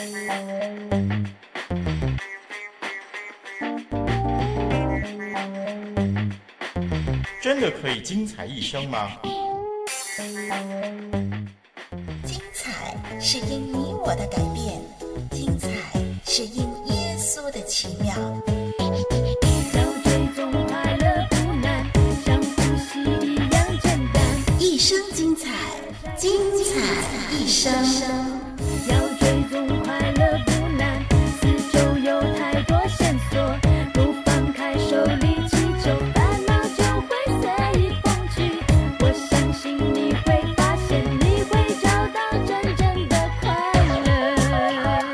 真的可以精彩一生吗？ 精彩是因你我的改变，精彩是因耶稣的奇妙。 追踪快乐不难，像呼吸一样简单。 一生精彩，精彩一生。 要追踪快乐不难，四周有太多线索，不放开手里气球，烦恼就会随意风去。我相信你会发现，你会找到真正的快乐。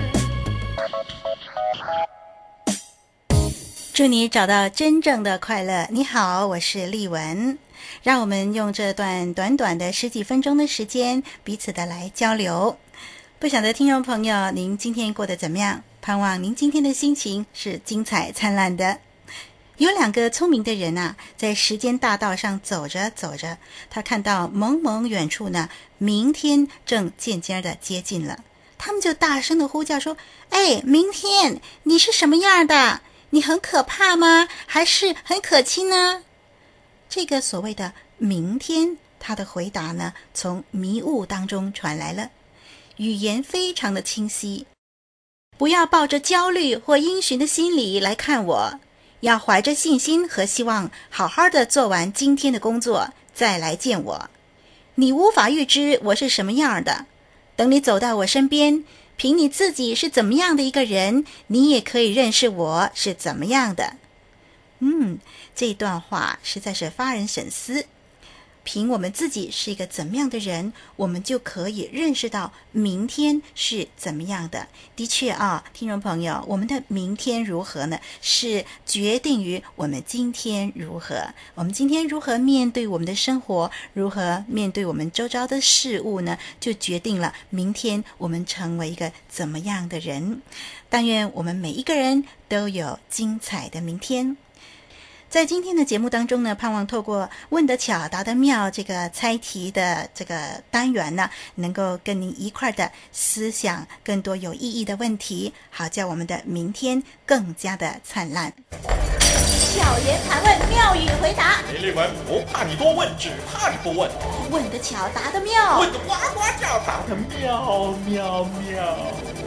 祝你找到真正的快乐。你好，我是丽文。让我们用这段短短的十几分钟的时间，彼此的来交流。不晓得听众朋友，您今天过得怎么样？盼望您今天的心情是精彩灿烂的。有两个聪明的人啊，在时间大道上走着走着，他看到蒙蒙远处呢，明天正渐渐的接近了。他们就大声的呼叫说：哎，明天，你是什么样的？你很可怕吗？还是很可亲呢？这个所谓的明天，他的回答呢，从迷雾当中传来了，语言非常的清晰。不要抱着焦虑或因循的心理来看我，要怀着信心和希望，好好的做完今天的工作，再来见我。你无法预知我是什么样的，等你走到我身边，凭你自己是怎么样的一个人，你也可以认识我是怎么样的。这段话实在是发人深思。凭我们自己是一个怎么样的人，我们就可以认识到明天是怎么样的。的确啊，听众朋友，我们的明天如何呢？是决定于我们今天如何。我们今天如何面对我们的生活，如何面对我们周遭的事物呢？就决定了明天我们成为一个怎么样的人。但愿我们每一个人都有精彩的明天。在今天的节目当中呢，盼望透过问得巧答得妙这个猜题的这个单元呢，能够跟您一块的思想更多有意义的问题，好叫我们的明天更加的灿烂。 巧言盘问，妙语回答。 林立文不怕你多问，只怕你不问。 问得巧，答得妙。 问得呱呱叫，答得妙妙妙。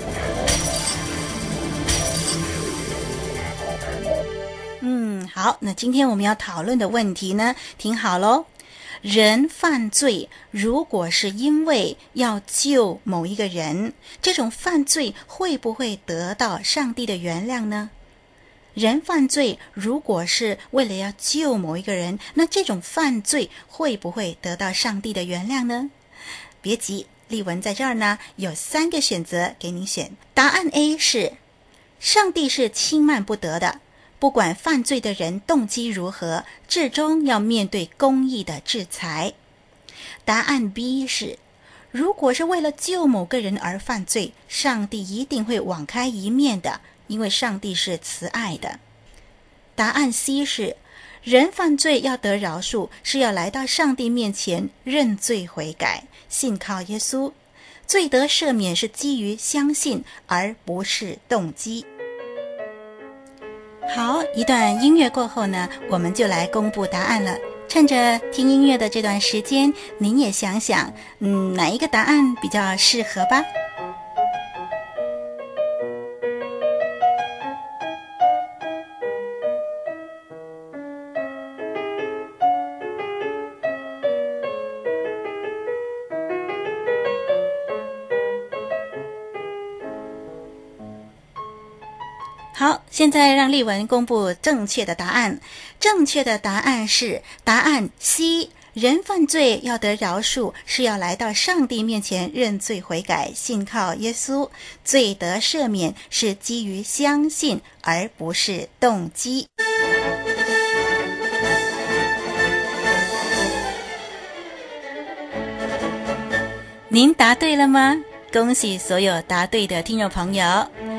好，那今天我们要讨论的问题呢，听好咯。人犯罪如果是因为要救某一个人，这种犯罪会不会得到上帝的原谅呢？人犯罪如果是为了要救某一个人，那这种犯罪会不会得到上帝的原谅呢？别急，丽文在这儿呢有3个选择给你选。答案 A 是上帝是轻慢不得的，不管犯罪的人动机如何，至终要面对公义的制裁。答案 B 是如果是为了救某个人而犯罪，上帝一定会网开一面的，因为上帝是慈爱的。答案 C 是人犯罪要得饶恕，是要来到上帝面前认罪悔改，信靠耶稣。罪得赦免是基于相信，而不是动机。好，一段音乐过后呢，我们就来公布答案了。趁着听音乐的这段时间，您也想想，哪一个答案比较适合吧？好，现在让丽文公布正确的答案。正确的答案是答案 C， 人犯罪要得饶恕，是要来到上帝面前认罪悔改，信靠耶稣。罪得赦免是基于相信，而不是动机。您答对了吗？恭喜所有答对的听众朋友。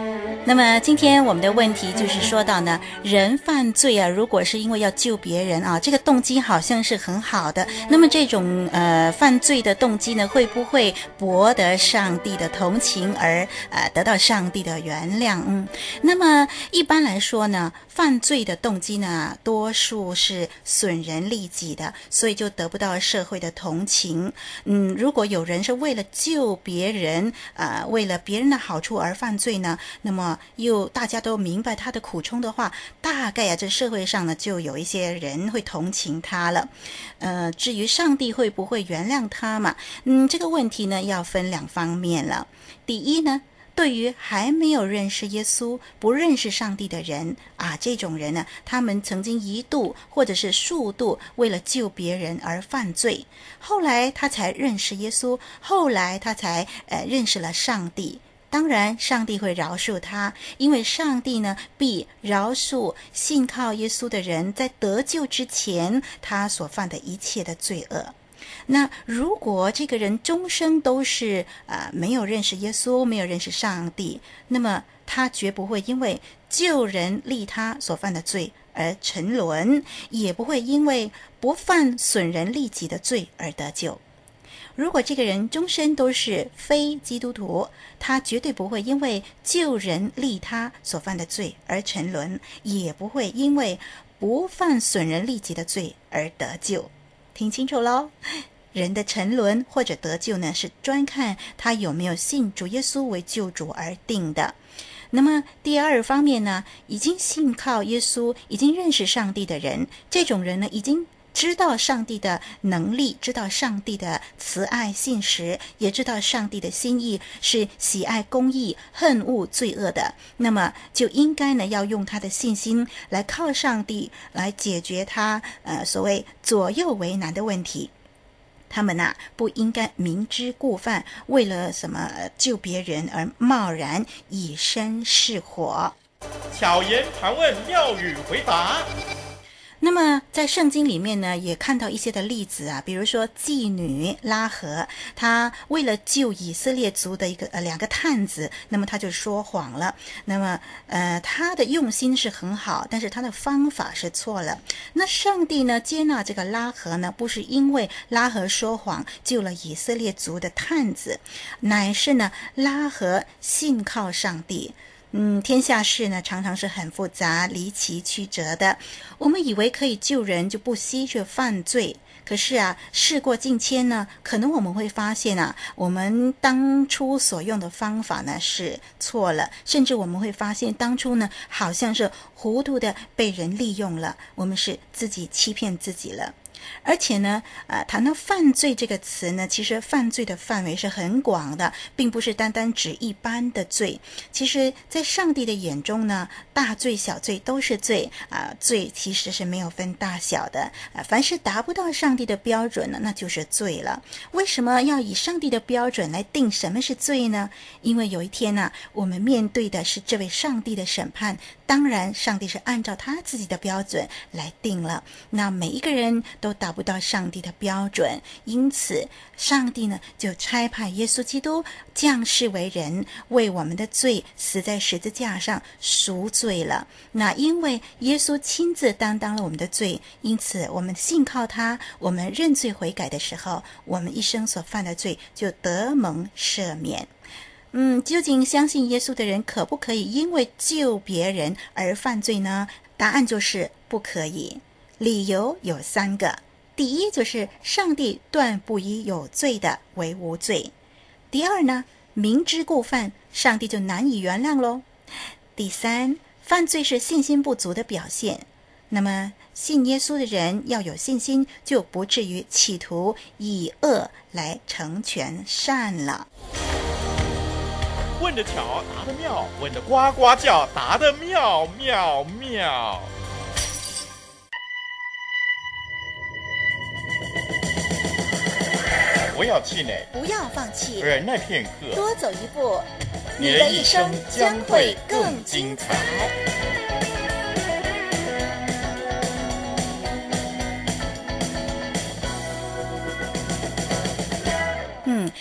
那么今天我们的问题就是说到呢，人犯罪啊，如果是因为要救别人啊，这个动机好像是很好的，那么这种犯罪的动机呢，会不会博得上帝的同情而得到上帝的原谅？那么一般来说呢，犯罪的动机呢，多数是损人利己的，所以就得不到社会的同情。如果有人是为了救别人，为了别人的好处而犯罪呢，那么又大家都明白他的苦衷的话，大概这社会上呢就有一些人会同情他了。至于上帝会不会原谅他嘛？这个问题呢要分两方面了。第一呢，对于还没有认识耶稣、不认识上帝的人这种人呢，他们曾经一度或者是数度为了救别人而犯罪，后来他才认识耶稣，后来他才认识了上帝。当然上帝会饶恕他，因为上帝呢必饶恕信靠耶稣的人在得救之前他所犯的一切的罪恶。那如果这个人终生都是没有认识耶稣，没有认识上帝，那么他绝不会因为救人利他所犯的罪而沉沦，也不会因为不犯损人利己的罪而得救。如果这个人终身都是非基督徒，他绝对不会因为救人利他所犯的罪而沉沦，也不会因为不犯损人利己的罪而得救。听清楚咯，人的沉沦或者得救呢，是专看他有没有信主耶稣为救主而定的。那么第二方面呢，已经信靠耶稣，已经认识上帝的人，这种人呢已经知道上帝的能力，知道上帝的慈爱信实，也知道上帝的心意是喜爱公义，恨恶罪恶的，那么就应该呢要用他的信心来靠上帝来解决他所谓左右为难的问题。他们不应该明知故犯，为了什么救别人而贸然以身试火。 巧言盘问，妙语回答。 那么在圣经里面呢，也看到一些的例子比如说妓女拉合，她为了救以色列族的两个探子，那么她就说谎了。那么她的用心是很好，但是她的方法是错了。那上帝呢接纳这个拉合呢，不是因为拉合说谎救了以色列族的探子，乃是呢拉合信靠上帝。天下事呢常常是很复杂、离奇曲折的。我们以为可以救人就不惜去犯罪，可是事过境迁呢，可能我们会发现我们当初所用的方法呢是错了，甚至我们会发现当初呢好像是糊涂的被人利用了，我们是自己欺骗自己了。而且呢谈到犯罪这个词呢，其实犯罪的范围是很广的，并不是单单指一般的罪。其实在上帝的眼中呢，大罪小罪都是罪罪其实是没有分大小的凡是达不到上帝的标准呢，那就是罪了。为什么要以上帝的标准来定什么是罪呢？因为有一天我们面对的是这位上帝的审判，当然上帝是按照他自己的标准来定了，那每一个人都达不到上帝的标准，因此上帝呢就差派耶稣基督降世为人，为我们的罪死在十字架上赎罪了。那因为耶稣亲自担当了我们的罪，因此我们信靠他，我们认罪悔改的时候，我们一生所犯的罪就得蒙赦免。究竟相信耶稣的人可不可以因为救别人而犯罪呢？答案就是不可以。理由有3个。第一，就是上帝断不以有罪的为无罪。第二呢，明知故犯，上帝就难以原谅咯。第三，犯罪是信心不足的表现。那么信耶稣的人要有信心，就不至于企图以恶来成全善了。 问得巧，答得妙，问得呱呱叫，答得妙妙妙。不要气馁， 不要放弃， 忍耐片刻， 多走一步， 你的一生将会更精彩。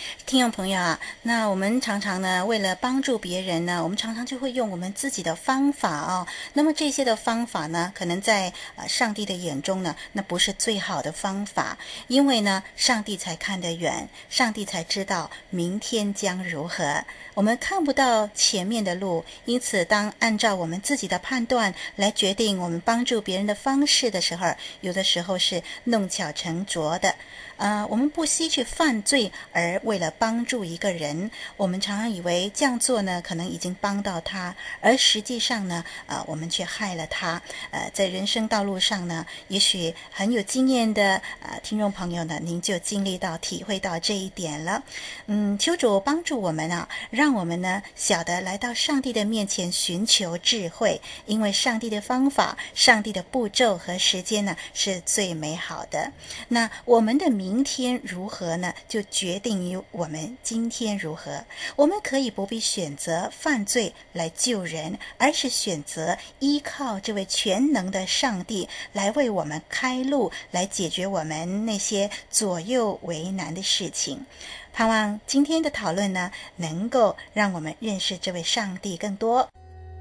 听众朋友啊，那我们常常呢，为了帮助别人呢，我们常常就会用我们自己的方法哦。那么这些的方法呢，可能在上帝的眼中呢，那不是最好的方法，因为呢，上帝才看得远，上帝才知道明天将如何。我们看不到前面的路，因此当按照我们自己的判断来决定我们帮助别人的方式的时候，有的时候是弄巧成拙的。我们不惜去犯罪，而为了帮助一个人，我们常常以为这样做呢，可能已经帮到他，而实际上呢，我们却害了他。在人生道路上呢，也许很有经验的听众朋友呢，您就经历到、体会到这一点了。求主帮助我们啊，让我们呢晓得来到上帝的面前寻求智慧，因为上帝的方法、上帝的步骤和时间呢是最美好的。那我们的明天如何呢？就决定于我们今天如何。我们可以不必选择犯罪来救人，而是选择依靠这位全能的上帝来为我们开路，来解决我们那些左右为难的事情。盼望今天的讨论呢，能够让我们认识这位上帝更多。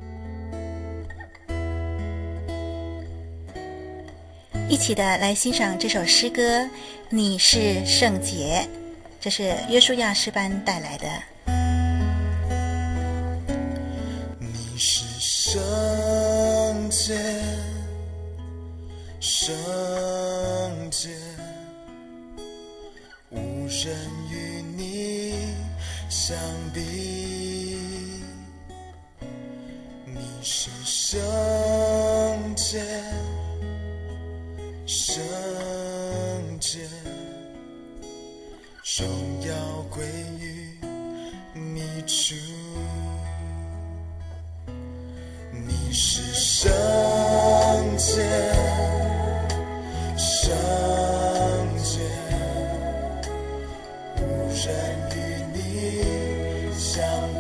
一起的来欣赏这首诗歌，你是圣洁，这是约书亚诗班带来的。 你是圣洁，圣洁，无人与你相比。你是圣洁，圣洁，荣耀归于你主。你是圣洁，圣洁，无人与你相比。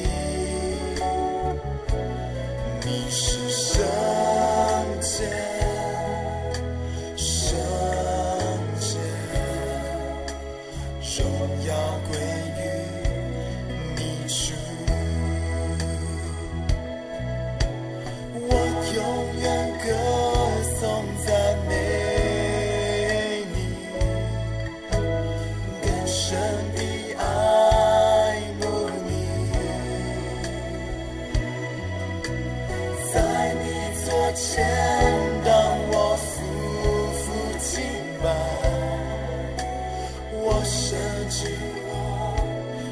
你是圣洁，圣洁，荣耀归于你主。我永远歌颂赞美你，更深的爱慕你，在你座前让我夫妇敬拜，我舍己我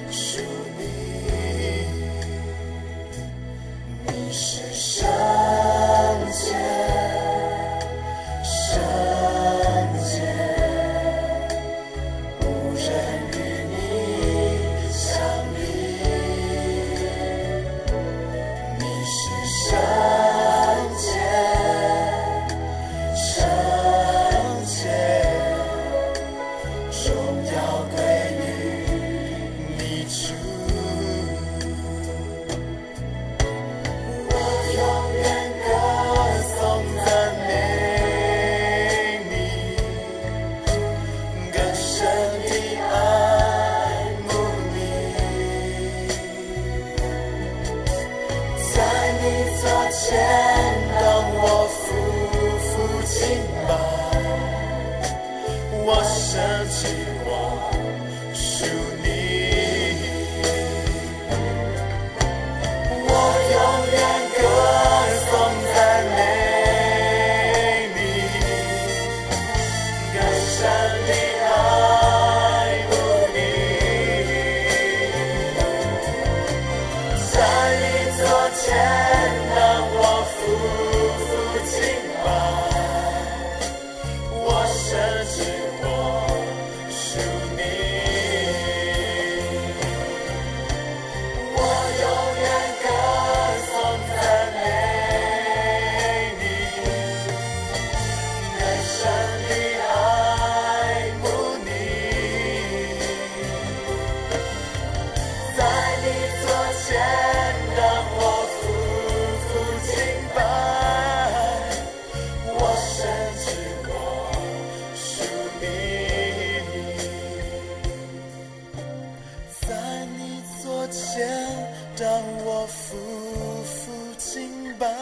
前，当我夫妇敬拜，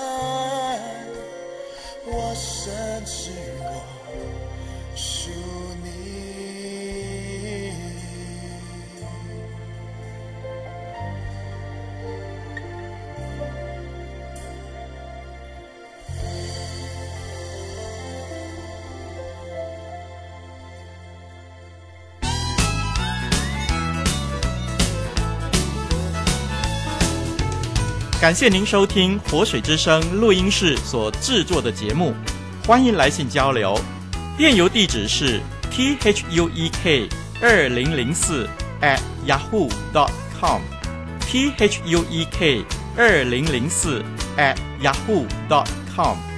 我深知我属你。 感谢您收听活水之声录音室所制作的节目，欢迎来信交流。电邮地址是 thuek2004@yahoo.com thuek2004@yahoo.com